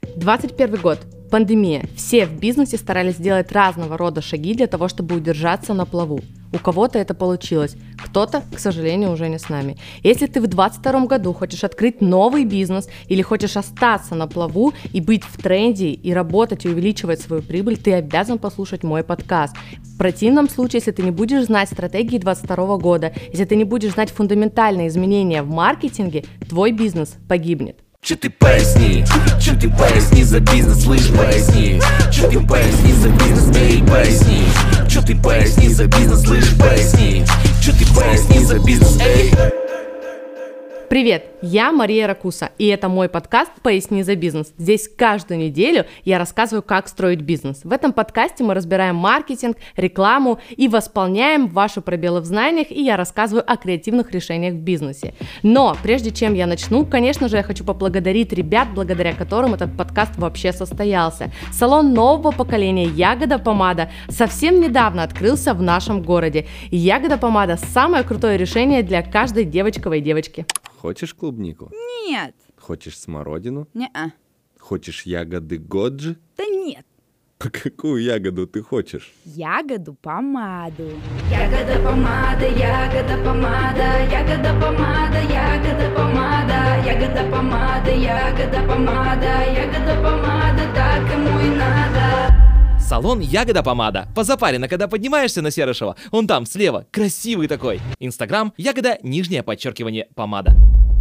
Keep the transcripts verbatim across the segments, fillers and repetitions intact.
двадцать первый год. Пандемия. Все в бизнесе старались сделать разного рода шаги для того, чтобы удержаться на плаву. У кого-то это получилось, кто-то, к сожалению, уже не с нами. Если ты в двадцать втором году хочешь открыть новый бизнес или хочешь остаться на плаву и быть в тренде и работать и увеличивать свою прибыль, ты обязан послушать мой подкаст. В противном случае, если ты не будешь знать стратегии двадцать второго года, если ты не будешь знать фундаментальные изменения в маркетинге, твой бизнес погибнет. Че ты поясни, че ты поясни за бизнес, слышь, поясни. Че ты поясни за бизнес, эй, поясни. Че ты поясни за бизнес, слышь, поясни. Че ты поясни за бизнес, эй. Привет, я Мария Ракуса, и это мой подкаст «Поясни за бизнес». Здесь каждую неделю я рассказываю, как строить бизнес. В этом подкасте мы разбираем маркетинг, рекламу и восполняем ваши пробелы в знаниях, и я рассказываю о креативных решениях в бизнесе. Но прежде чем я начну, конечно же, я хочу поблагодарить ребят, благодаря которым этот подкаст вообще состоялся. Салон нового поколения «Ягода Помада» совсем недавно открылся в нашем городе. «Ягода Помада» – самое крутое решение для каждой девочковой девочки. Хочешь клубнику? Нет. Хочешь смородину? Не-а. Хочешь ягоды годжи? Да нет. А какую ягоду ты хочешь? Ягоду помаду. Ягода помада, ягода помада, ягода помада, ягода помада, ягода помада, ягода помада, ягода помада, так ему и надо. Салон «Ягода Помада». Позапарено, когда поднимаешься на Серышева. Он там, слева, красивый такой. Инстаграм «Ягода», нижнее подчеркивание, помада.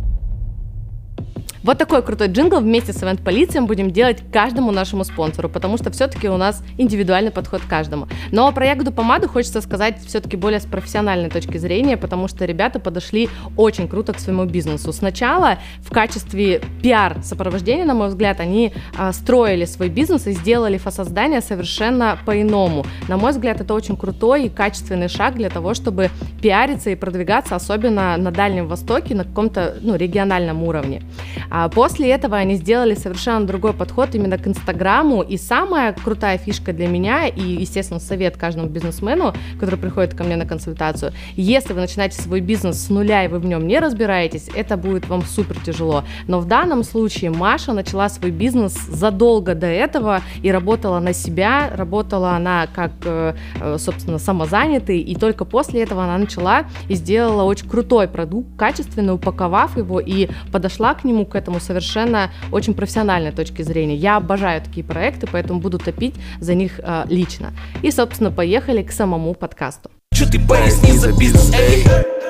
Вот такой крутой джингл вместе с ивент-полицией будем делать каждому нашему спонсору, потому что все-таки у нас индивидуальный подход к каждому. Но про ягоду помаду хочется сказать все-таки более с профессиональной точки зрения, потому что ребята подошли очень круто к своему бизнесу. Сначала в качестве пиар-сопровождения, на мой взгляд, они а, строили свой бизнес и сделали фасоздание совершенно по-иному. На мой взгляд, это очень крутой и качественный шаг для того, чтобы пиариться и продвигаться, особенно на Дальнем Востоке, на каком-то ну, региональном уровне. А после этого они сделали совершенно другой подход именно к Инстаграму, и самая крутая фишка для меня, и, естественно, совет каждому бизнесмену, который приходит ко мне на консультацию: если вы начинаете свой бизнес с нуля и вы в нем не разбираетесь, это будет вам супер тяжело. Но в данном случае Маша начала свой бизнес задолго до этого и работала на себя, работала она как, собственно, самозанятый, и только после этого она начала и сделала очень крутой продукт, качественно упаковав его, и подошла к нему, к этому совершенно очень профессиональной точки зрения. Я обожаю такие проекты, поэтому буду топить за них э, лично. И, собственно, поехали к самому подкасту. Че ты поясни за бизнес, эй.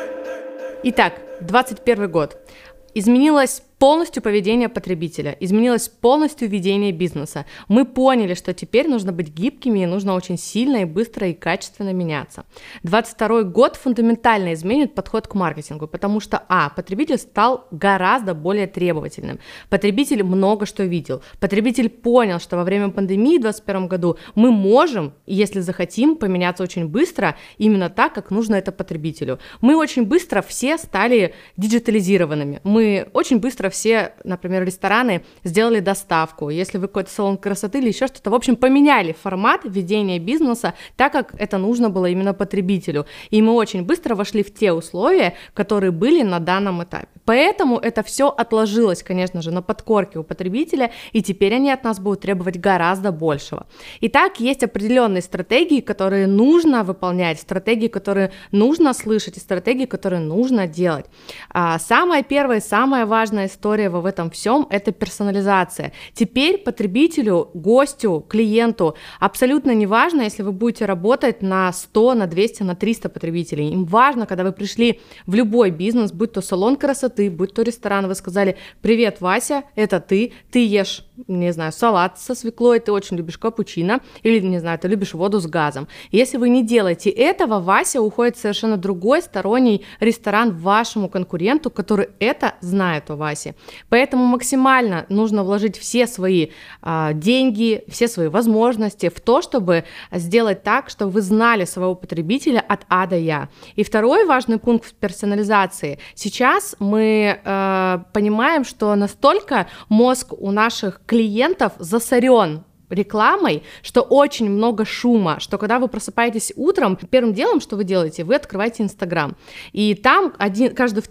Итак, двадцать первый год. Изменилось полностью поведение потребителя, изменилось полностью ведение бизнеса. Мы поняли, что теперь нужно быть гибкими и нужно очень сильно и быстро и качественно меняться. двадцать второй год фундаментально изменит подход к маркетингу, потому что, а, потребитель стал гораздо более требовательным. Потребитель много что видел. Потребитель понял, что во время пандемии в двадцать первом году мы можем, если захотим, поменяться очень быстро, именно так, как нужно это потребителю. Мы очень быстро все стали диджитализированными. Мы очень быстро все, например, рестораны сделали доставку, если вы какой-то салон красоты или еще что-то, в общем, поменяли формат ведения бизнеса так, как это нужно было именно потребителю, и мы очень быстро вошли в те условия, которые были на данном этапе. Поэтому это все отложилось, конечно же, на подкорке у потребителя, и теперь они от нас будут требовать гораздо большего. Итак, есть определенные стратегии, которые нужно выполнять, стратегии, которые нужно слышать, и стратегии, которые нужно делать. А самая первая, самая важная история в этом всем – это персонализация. Теперь потребителю, гостю, клиенту абсолютно не важно, если вы будете работать на сто, на двести, на триста потребителей. Им важно, когда вы пришли в любой бизнес, будь то салон красоты, будь то ресторан, вы сказали: «Привет, Вася, это ты, ты ешь, не знаю, салат со свеклой, ты очень любишь капучино, или, не знаю, ты любишь воду с газом». Если вы не делаете этого, Вася уходит в совершенно другой сторонний ресторан вашему конкуренту, который это знает о Васе. Поэтому максимально нужно вложить все свои а, деньги, все свои возможности в то, чтобы сделать так, чтобы вы знали своего потребителя от А до Я. И второй важный пункт в персонализации. Сейчас мы э, понимаем, что настолько мозг у наших клиентов засорен рекламой, что очень много шума, что когда вы просыпаетесь утром, первым делом, что вы делаете, вы открываете Инстаграм, и там один, каждый второй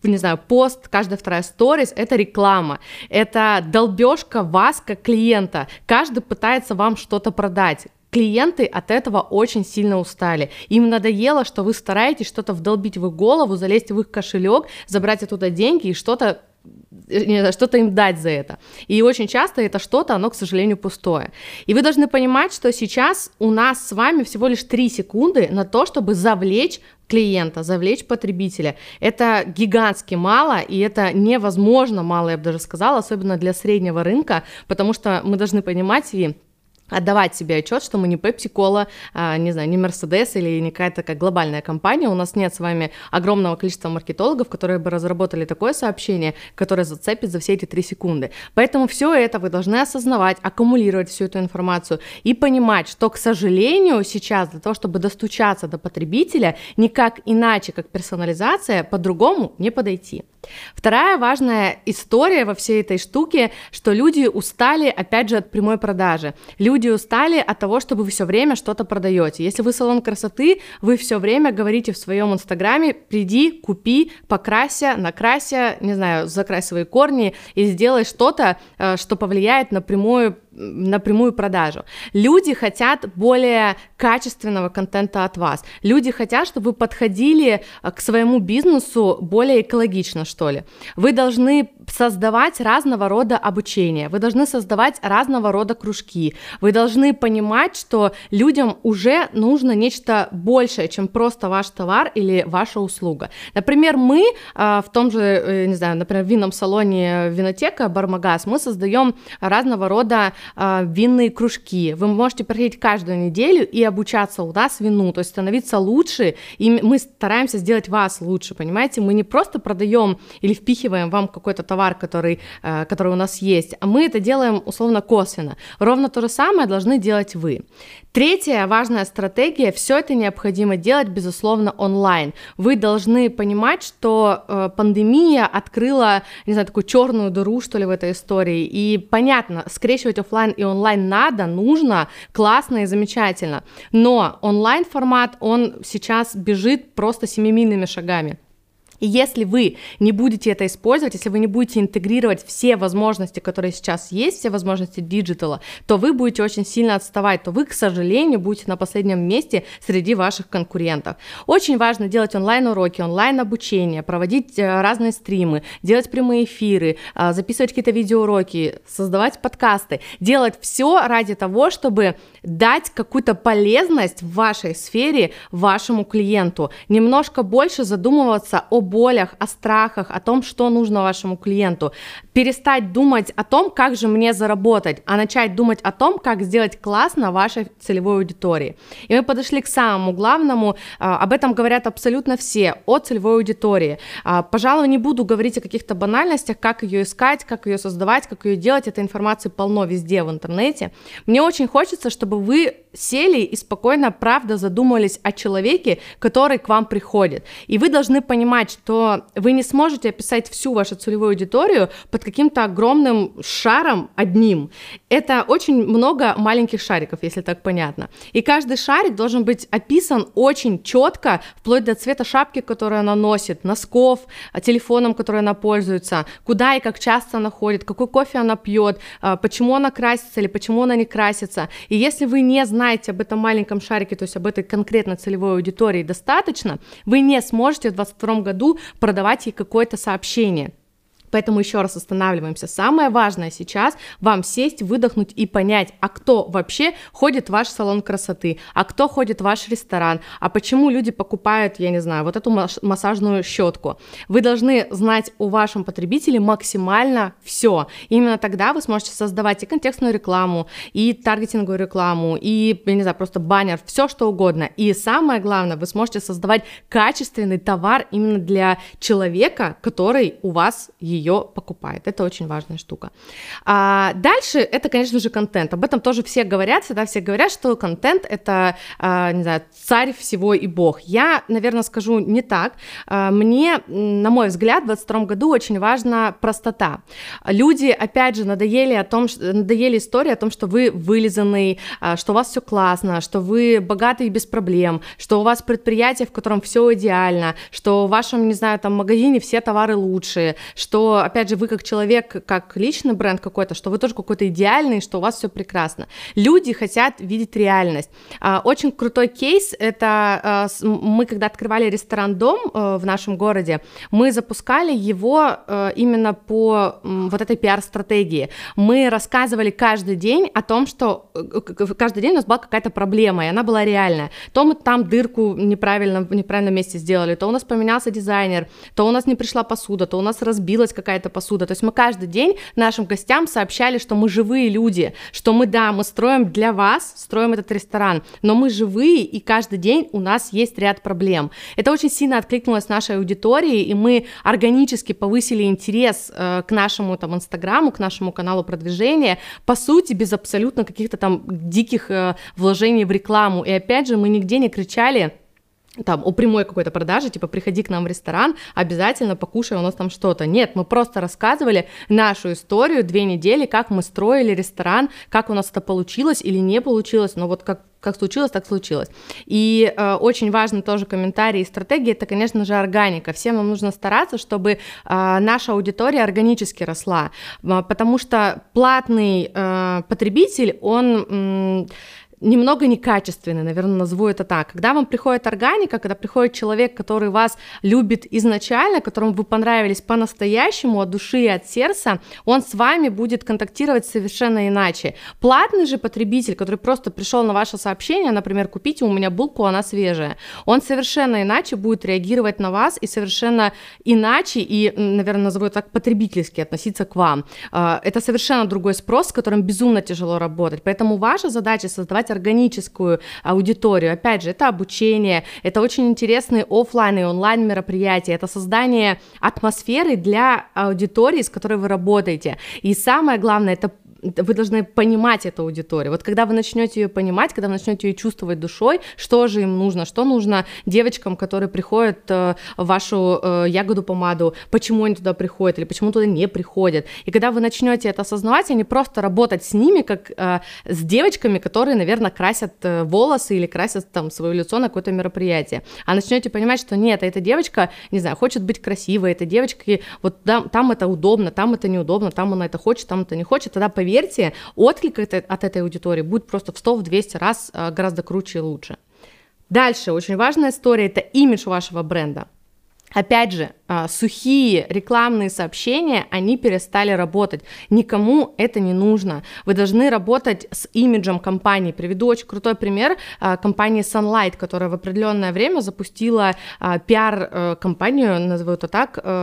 не знаю, пост, каждая вторая сторис — это реклама, это долбежка вас как клиента, каждый пытается вам что-то продать. Клиенты от этого очень сильно устали. Им надоело, что вы стараетесь что-то вдолбить в их голову, залезть в их кошелек, забрать оттуда деньги и что-то что-то им дать за это. И очень часто это что-то, оно, к сожалению, пустое. И вы должны понимать, что сейчас у нас с вами всего лишь три секунды на то, чтобы завлечь клиента, завлечь потребителя. Это гигантски мало, и это невозможно мало, я бы даже сказала, особенно для среднего рынка, потому что мы должны понимать и отдавать себе отчет, что мы не Pepsi-Cola, а, не знаю, не Mercedes или не какая-то такая глобальная компания, у нас нет с вами огромного количества маркетологов, которые бы разработали такое сообщение, которое зацепит за все эти три секунды. Поэтому все это вы должны осознавать, аккумулировать всю эту информацию и понимать, что, к сожалению, сейчас для того, чтобы достучаться до потребителя, никак иначе, как персонализация, по-другому не подойти. Вторая важная история во всей этой штуке, что люди устали, опять же, от прямой продажи. Люди устали от того, чтобы вы все время что-то продаете. Если вы салон красоты, вы все время говорите в своем инстаграме: приди, купи, покрася, накрася, не знаю, закрась свои корни и сделай что-то, что повлияет на прямую на прямую продажу. Люди хотят более качественного контента от вас. Люди хотят, чтобы вы подходили к своему бизнесу более экологично, что ли. Вы должны создавать разного рода обучение, вы должны создавать разного рода кружки, вы должны понимать, что людям уже нужно нечто большее, чем просто ваш товар или ваша услуга. Например, мы в том же, не знаю, например, в винном салоне Винотека Бармагаз мы создаем разного рода винные кружки. Вы можете приходить каждую неделю и обучаться у нас вину, то есть становиться лучше, и мы стараемся сделать вас лучше, понимаете? Мы не просто продаем или впихиваем вам какой-то товар, который, который у нас есть, а мы это делаем условно косвенно. Ровно то же самое должны делать вы. Третья важная стратегия: все это необходимо делать, безусловно, онлайн. Вы должны понимать, что э, пандемия открыла, не знаю, такую черную дыру, что ли, в этой истории. И понятно, скрещивать офлайн и онлайн надо, нужно, классно и замечательно. Но онлайн-формат, он сейчас бежит просто семимильными шагами. И если вы не будете это использовать, если вы не будете интегрировать все возможности, которые сейчас есть, все возможности диджитала, то вы будете очень сильно отставать, то вы, к сожалению, будете на последнем месте среди ваших конкурентов. Очень важно делать онлайн-уроки, онлайн-обучение, проводить разные стримы, делать прямые эфиры, записывать какие-то видеоуроки, создавать подкасты, делать все ради того, чтобы дать какую-то полезность в вашей сфере вашему клиенту, немножко больше задумываться о болях, о страхах, о том, что нужно вашему клиенту, перестать думать о том, как же мне заработать, а начать думать о том, как сделать классно вашей целевой аудитории. И мы подошли к самому главному, об этом говорят абсолютно все, о целевой аудитории. Пожалуй, не буду говорить о каких-то банальностях, как ее искать, как ее создавать, как ее делать, этой информации полно везде в интернете. Мне очень хочется, чтобы вы сели и спокойно, правда, задумались о человеке, который к вам приходит. И вы должны понимать, что вы не сможете описать всю вашу целевую аудиторию под каким-то огромным шаром одним. Это очень много маленьких шариков, если так понятно. И каждый шарик должен быть описан очень четко, вплоть до цвета шапки, которую она носит, носков, телефоном, которым она пользуется, куда и как часто она ходит, какой кофе она пьет, почему она красится или почему она не красится. И если вы не знаете об этом маленьком шарике, то есть об этой конкретно целевой аудитории достаточно, вы не сможете в двадцать втором году продавать ей какое-то сообщение. Поэтому еще раз останавливаемся. Самое важное сейчас вам сесть, выдохнуть и понять, а кто вообще ходит в ваш салон красоты, а кто ходит в ваш ресторан, а почему люди покупают, я не знаю, вот эту массажную щетку. Вы должны знать о вашем потребителе максимально все. Именно тогда вы сможете создавать и контекстную рекламу, и таргетинговую рекламу, и, я не знаю, просто баннер, все что угодно. И самое главное, вы сможете создавать качественный товар именно для человека, который у вас ее ее покупает. Это очень важная штука. А дальше это, конечно же, контент. Об этом тоже все говорят, всегда все говорят, что контент — это, а, не знаю, царь всего и бог. Я, наверное, скажу не так. А, мне, на мой взгляд, в двадцать втором году очень важна простота. Люди, опять же, надоели, о том, что, надоели истории о том, что вы вылизанный, что у вас все классно, что вы богатый и без проблем, что у вас предприятие, в котором все идеально, что в вашем, не знаю, там магазине все товары лучшие, что, опять же, вы как человек, как личный бренд какой-то, что вы тоже какой-то идеальный, что у вас все прекрасно. Люди хотят видеть реальность. Очень крутой кейс — это мы, когда открывали ресторан «Дом» в нашем городе, мы запускали его именно по вот этой пиар-стратегии. Мы рассказывали каждый день о том, что каждый день у нас была какая-то проблема, и она была реальная. То мы там дырку неправильно, в неправильном месте сделали, то у нас поменялся дизайнер, то у нас не пришла посуда, то у нас разбилась какая-то посуда. То есть мы каждый день нашим гостям сообщали, что мы живые люди, что мы, да, мы строим для вас, строим этот ресторан, но мы живые, и каждый день у нас есть ряд проблем. Это очень сильно откликнулось нашей аудитории, и мы органически повысили интерес э, к нашему там инстаграму, к нашему каналу продвижения, по сути, без абсолютно каких-то там диких э, вложений в рекламу. И опять же, мы нигде не кричали там о прямой какой-то продаже, типа приходи к нам в ресторан, обязательно покушай у нас там что-то. Нет, мы просто рассказывали нашу историю две недели, как мы строили ресторан, как у нас это получилось или не получилось, но вот как как случилось, так случилось. И э, очень важный тоже комментарий и стратегия — это, конечно же, органика. Всем нам нужно стараться, чтобы э, наша аудитория органически росла, э, потому что платный э, потребитель, он... М- немного некачественный, наверное, назову это так. Когда вам приходит органика, когда приходит человек, который вас любит изначально, которому вы понравились по-настоящему, от души и от сердца, он с вами будет контактировать совершенно иначе. Платный же потребитель, который просто пришел на ваше сообщение, например, купите у меня булку, она свежая, он совершенно иначе будет реагировать на вас и совершенно иначе, и, наверное, назову это так, потребительски относиться к вам. Это совершенно другой спрос, с которым безумно тяжело работать, поэтому ваша задача — создавать органическую аудиторию. Опять же, это обучение, это очень интересные офлайн и онлайн мероприятия, это создание атмосферы для аудитории, с которой вы работаете. И самое главное, это вы должны понимать эту аудиторию. Вот когда вы начнете ее понимать, когда вы начнете ее чувствовать душой, что же им нужно, что нужно девочкам, которые приходят э, в вашу э, ягоду-помаду, почему они туда приходят или почему туда не приходят. И когда вы начнете это осознавать, а не просто работать с ними, как э, с девочками, которые, наверное, красят э, волосы или красят там свое лицо на какое-то мероприятие, а начнете понимать, что нет, эта девочка, не знаю, хочет быть красивой, эта девочка, вот там, там это удобно, там это неудобно, там она это хочет, там это не хочет, тогда поверьте, Поверьте, отклик от этой аудитории будет просто в сто-двести раз гораздо круче и лучше. Дальше, очень важная история – это имидж вашего бренда. Опять же, сухие рекламные сообщения, они перестали работать. Никому это не нужно. Вы должны работать с имиджем компании. Приведу очень крутой пример компании Sunlight, которая в определенное время запустила пиар-компанию, назову это так, и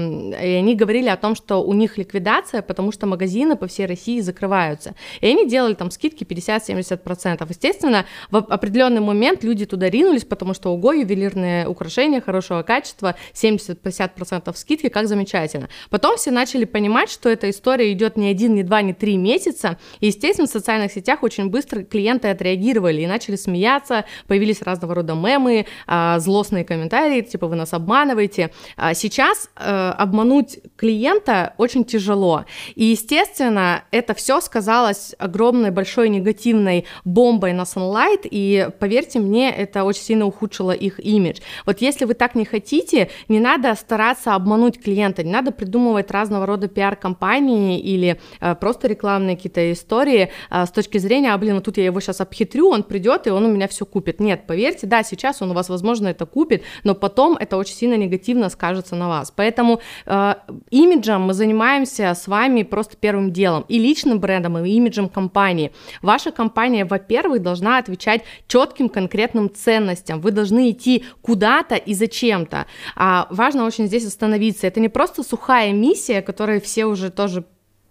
они говорили о том, что у них ликвидация, потому что магазины по всей России закрываются. И они делали там скидки пятьдесят-семьдесят процентов. Естественно, в определенный момент люди туда ринулись, потому что ого, ювелирные украшения хорошего качества, семьдесят-пятьдесят процентов скидки, как замечательно. Потом все начали понимать, что эта история идет не один, не два, не три месяца, и, естественно, в социальных сетях очень быстро клиенты отреагировали и начали смеяться, появились разного рода мемы, злостные комментарии, типа вы нас обманываете. Сейчас обмануть клиента очень тяжело, и, естественно, это все сказалось огромной, большой негативной бомбой на Sunlight, и, поверьте мне, это очень сильно ухудшило их имидж. Вот если вы так не хотите, не надо стараться обмануть клиента, не надо придумывать разного рода пиар-компании или э, просто рекламные какие-то истории э, с точки зрения, а, блин, ну тут я его сейчас обхитрю, он придет и он у меня все купит. Нет, поверьте, да, сейчас он у вас, возможно, это купит, но потом это очень сильно негативно скажется на вас. Поэтому э, имиджем мы занимаемся с вами просто первым делом, и личным брендом, и имиджем компании. Ваша компания, во-первых, должна отвечать четким конкретным ценностям, вы должны идти куда-то и зачем-то. А важно очень здесь остановиться. Это не просто сухая миссия, которой все уже тоже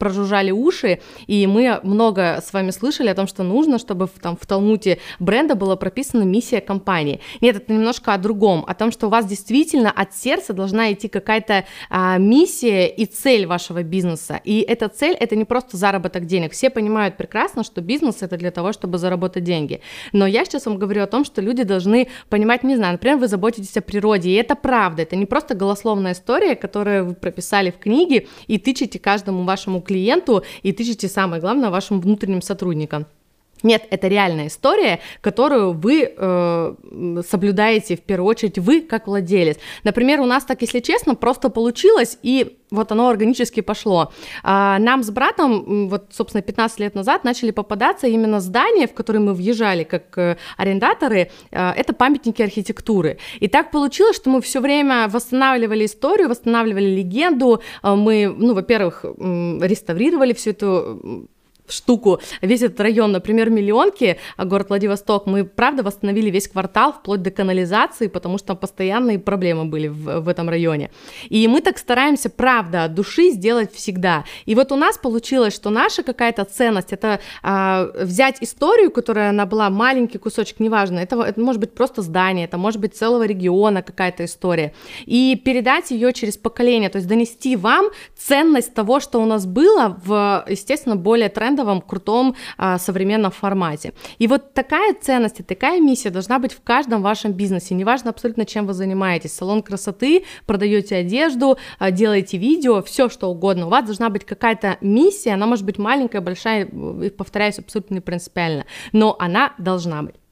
прожужжали уши, и мы много с вами слышали о том, что нужно, чтобы в, там, в талмуде бренда была прописана миссия компании. Нет, это немножко о другом, о том, что у вас действительно от сердца должна идти какая-то а, миссия и цель вашего бизнеса. И эта цель — это не просто заработок денег. Все понимают прекрасно, что бизнес — это для того, чтобы заработать деньги. Но я сейчас вам говорю о том, что люди должны понимать, не знаю, например, вы заботитесь о природе, и это правда, это не просто голословная история, которую вы прописали в книге и тычете каждому вашему клиенту, и тычете, самое главное, вашим внутренним сотрудникам. Нет, это реальная история, которую вы э, соблюдаете в первую очередь вы как владелец. Например, у нас так, если честно, просто получилось, и вот оно органически пошло. А, нам с братом, вот, собственно, пятнадцать лет назад начали попадаться именно здания, в которые мы въезжали как э, арендаторы, э, это памятники архитектуры. И так получилось, что мы все время восстанавливали историю, восстанавливали легенду, э, мы, ну, во-первых, э, реставрировали всю эту штуку, весь этот район, например, Миллионки, город Владивосток, мы, правда, восстановили весь квартал вплоть до канализации, потому что там постоянные проблемы были в, в этом районе. И мы так стараемся, правда, от души сделать всегда. И вот у нас получилось, что наша какая-то ценность — это а, взять историю, которая она была, маленький кусочек, неважно, это, это может быть просто здание, это может быть целого региона какая-то история, и передать ее через поколение, то есть донести вам ценность того, что у нас было в, естественно, более трендовом, крутом, а, современном формате. И вот такая ценность и такая миссия должна быть в каждом вашем бизнесе. Неважно абсолютно, чем вы занимаетесь. Салон красоты, продаете одежду, а, делаете видео, все что угодно. У вас должна быть какая-то миссия, она может быть маленькая, большая, повторяюсь, абсолютно не принципиально, но она должна быть.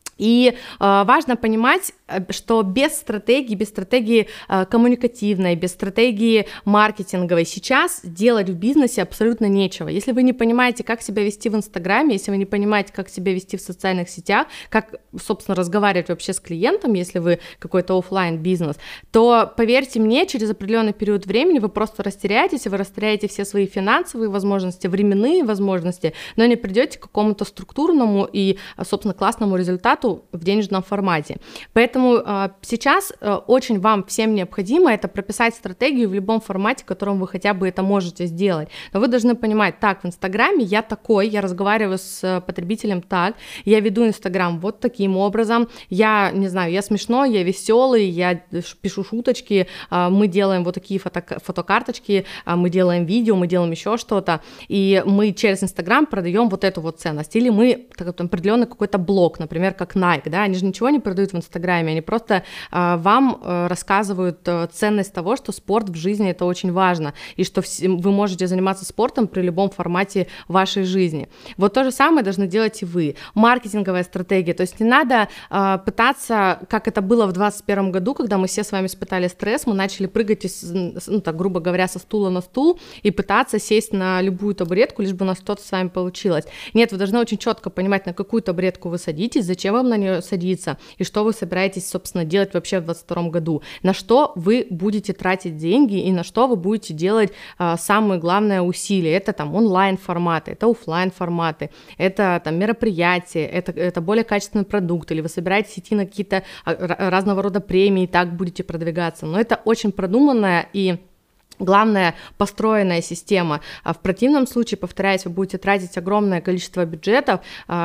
И э, важно понимать, что без стратегии, без стратегии э, коммуникативной, без стратегии маркетинговой сейчас делать в бизнесе абсолютно нечего. Если вы не понимаете, как себя вести в Инстаграме, если вы не понимаете, как себя вести в социальных сетях, как, собственно, разговаривать вообще с клиентом, если вы какой-то офлайн бизнес, то, поверьте мне, через определенный период времени вы просто растеряетесь, вы растеряете все свои финансовые возможности, временные возможности, но не придете к какому-то структурному и, собственно, классному результату в денежном формате. Поэтому э, сейчас э, очень вам всем необходимо это прописать стратегию в любом формате, в котором вы хотя бы это можете сделать. Но вы должны понимать, так, в Инстаграме я такой, я разговариваю с потребителем так, я веду Инстаграм вот таким образом, я, не знаю, я смешной, я веселый, я пишу шуточки, э, мы делаем вот такие фото фотокарточки, э, мы делаем видео, мы делаем еще что-то, и мы через Инстаграм продаем вот эту вот ценность. Или мы так, там, определенный какой-то блог, например, как Nike, да, они же ничего не продают в Инстаграме, они просто э, вам э, рассказывают э, ценность того, что спорт в жизни — это очень важно, и что вс- вы можете заниматься спортом при любом формате вашей жизни. Вот то же самое должны делать и вы. Маркетинговая стратегия, то есть не надо э, пытаться, как это было в двадцать первом году, когда мы все с вами испытали стресс, мы начали прыгать, из, ну, так, грубо говоря, со стула на стул и пытаться сесть на любую табуретку, лишь бы у нас что-то с вами получилось. Нет, вы должны очень четко понимать, на какую табуретку вы садитесь, зачем вам на нее садиться, и что вы собираетесь, собственно, делать вообще в двадцать втором году, на что вы будете тратить деньги и на что вы будете делать а, самое главное усилие. Это там онлайн-форматы, это офлайн-форматы, это там мероприятия, это, это более качественный продукт, или вы собираетесь идти на какие-то разного рода премии и так будете продвигаться. Но это очень продуманная и главное, построенная система. В противном случае, повторяюсь, вы будете тратить огромное количество бюджетов,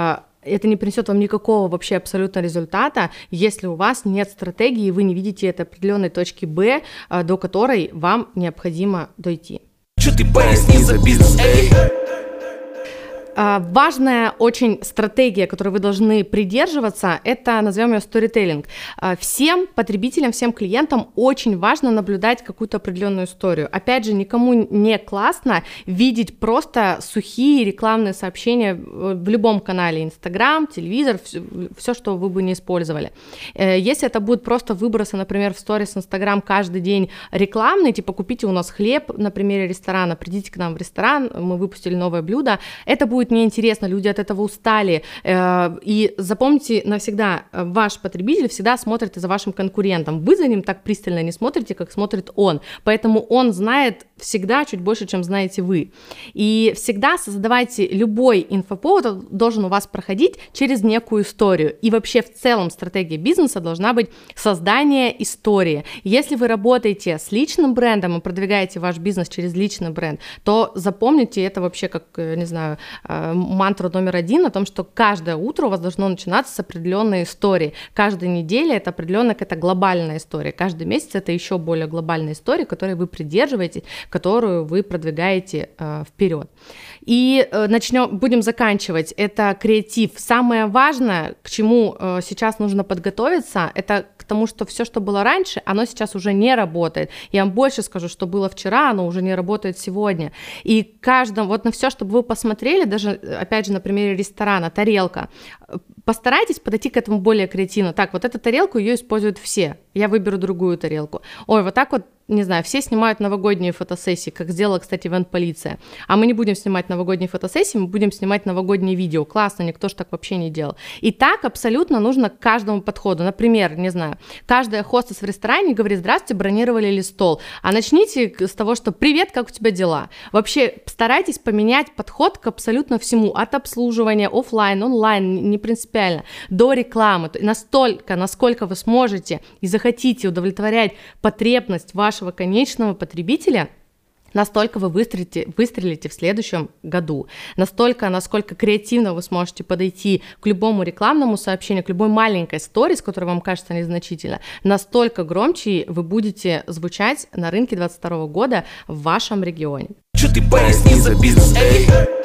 это не принесет вам никакого вообще абсолютно результата, если у вас нет стратегии, и вы не видите этой определенной точки Б, до которой вам необходимо дойти. Чё ты поясни за бизнес, эй? Важная очень стратегия, которой вы должны придерживаться, это, назовем ее сторителлинг. Всем потребителям, всем клиентам очень важно наблюдать какую-то определенную историю. Опять же, никому не классно видеть просто сухие рекламные сообщения в любом канале, Инстаграм, телевизор, все, все, что вы бы не использовали. Если это будут просто выбросы, например, в сторис Инстаграм каждый день рекламные, типа купите у нас хлеб на примере ресторана, придите к нам в ресторан, мы выпустили новое блюдо, это будет будет неинтересно, люди от этого устали. И запомните навсегда, ваш потребитель всегда смотрит за вашим конкурентом. Вы за ним так пристально не смотрите, как смотрит он. Поэтому он знает всегда чуть больше, чем знаете вы. И всегда создавайте любой инфоповод, должен у вас проходить через некую историю. И вообще в целом стратегия бизнеса должна быть создание истории. Если вы работаете с личным брендом и продвигаете ваш бизнес через личный бренд, то запомните это вообще как, не знаю, мантру номер один о том, что каждое утро у вас должно начинаться с определенной истории. Каждая неделя это определенная какая-то глобальная история. Каждый месяц это еще более глобальная история, которой вы придерживаетесь, которую вы продвигаете э, вперед. И э, начнем, будем заканчивать. Это креатив. Самое важное, к чему э, сейчас нужно подготовиться, это к тому, что все, что было раньше, оно сейчас уже не работает. Я вам больше скажу, что было вчера, оно уже не работает сегодня. И каждом, вот на все, чтобы вы посмотрели, даже, опять же, на примере ресторана, тарелка, постарайтесь подойти к этому более креативно. Так, вот эту тарелку, ее используют все. Я выберу другую тарелку. Ой, вот так вот, не знаю, все снимают новогодние фотосессии, как сделала, кстати, ивент-полиция. А мы не будем снимать новогодние фотосессии, мы будем снимать новогодние видео. Классно, никто же так вообще не делал. И так абсолютно нужно к каждому подходу. Например, не знаю, каждая хостес в ресторане говорит: здравствуйте, бронировали ли стол? А начните с того, что привет, как у тебя дела? Вообще старайтесь поменять подход к абсолютно всему. От обслуживания офлайн, онлайн, не принципиально, до рекламы. Настолько, насколько вы сможете и захотите удовлетворять потребность вашего конечного потребителя, настолько вы выстрелите, выстрелите в следующем году. Настолько, насколько креативно вы сможете подойти к любому рекламному сообщению, к любой маленькой сторис, которая вам кажется незначительно, настолько громче вы будете звучать на рынке двадцать второго года в вашем регионе. Чё ты поясни за бизнес, эй?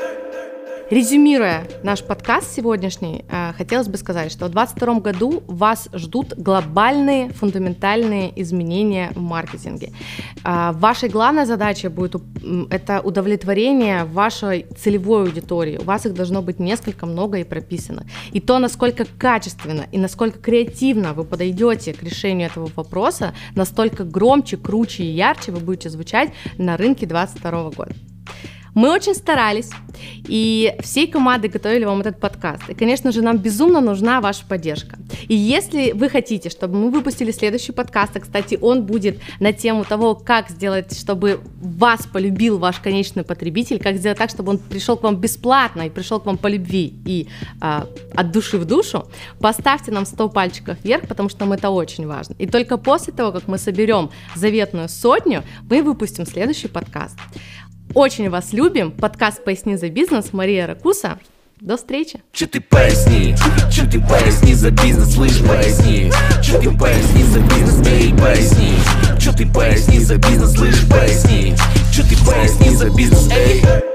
Резюмируя наш подкаст сегодняшний, хотелось бы сказать, что в двадцать втором году вас ждут глобальные фундаментальные изменения в маркетинге. Вашей главной задачей будет это удовлетворение вашей целевой аудитории. У вас их должно быть несколько, много и прописано. И то, насколько качественно и насколько креативно вы подойдете к решению этого вопроса, настолько громче, круче и ярче вы будете звучать на рынке двадцать второго года. Мы очень старались, и всей командой готовили вам этот подкаст. И, конечно же, нам безумно нужна ваша поддержка. И если вы хотите, чтобы мы выпустили следующий подкаст, а, кстати, он будет на тему того, как сделать, чтобы вас полюбил ваш конечный потребитель, как сделать так, чтобы он пришел к вам бесплатно и пришел к вам по любви и а, от души в душу, поставьте нам сто пальчиков вверх, потому что нам это очень важно. И только после того, как мы соберем заветную сотню, мы выпустим следующий подкаст. Очень вас любим. Подкаст «Поясни за бизнес». Мария Ракуса. До встречи. Чё ты поясни? Чё ты поясни за бизнес, слышь, поясни? Чё ты поясни за бизнес, эй, поясни? Чё ты поясни за бизнес, слышь, поясни? Чё ты поясни за бизнес, эй?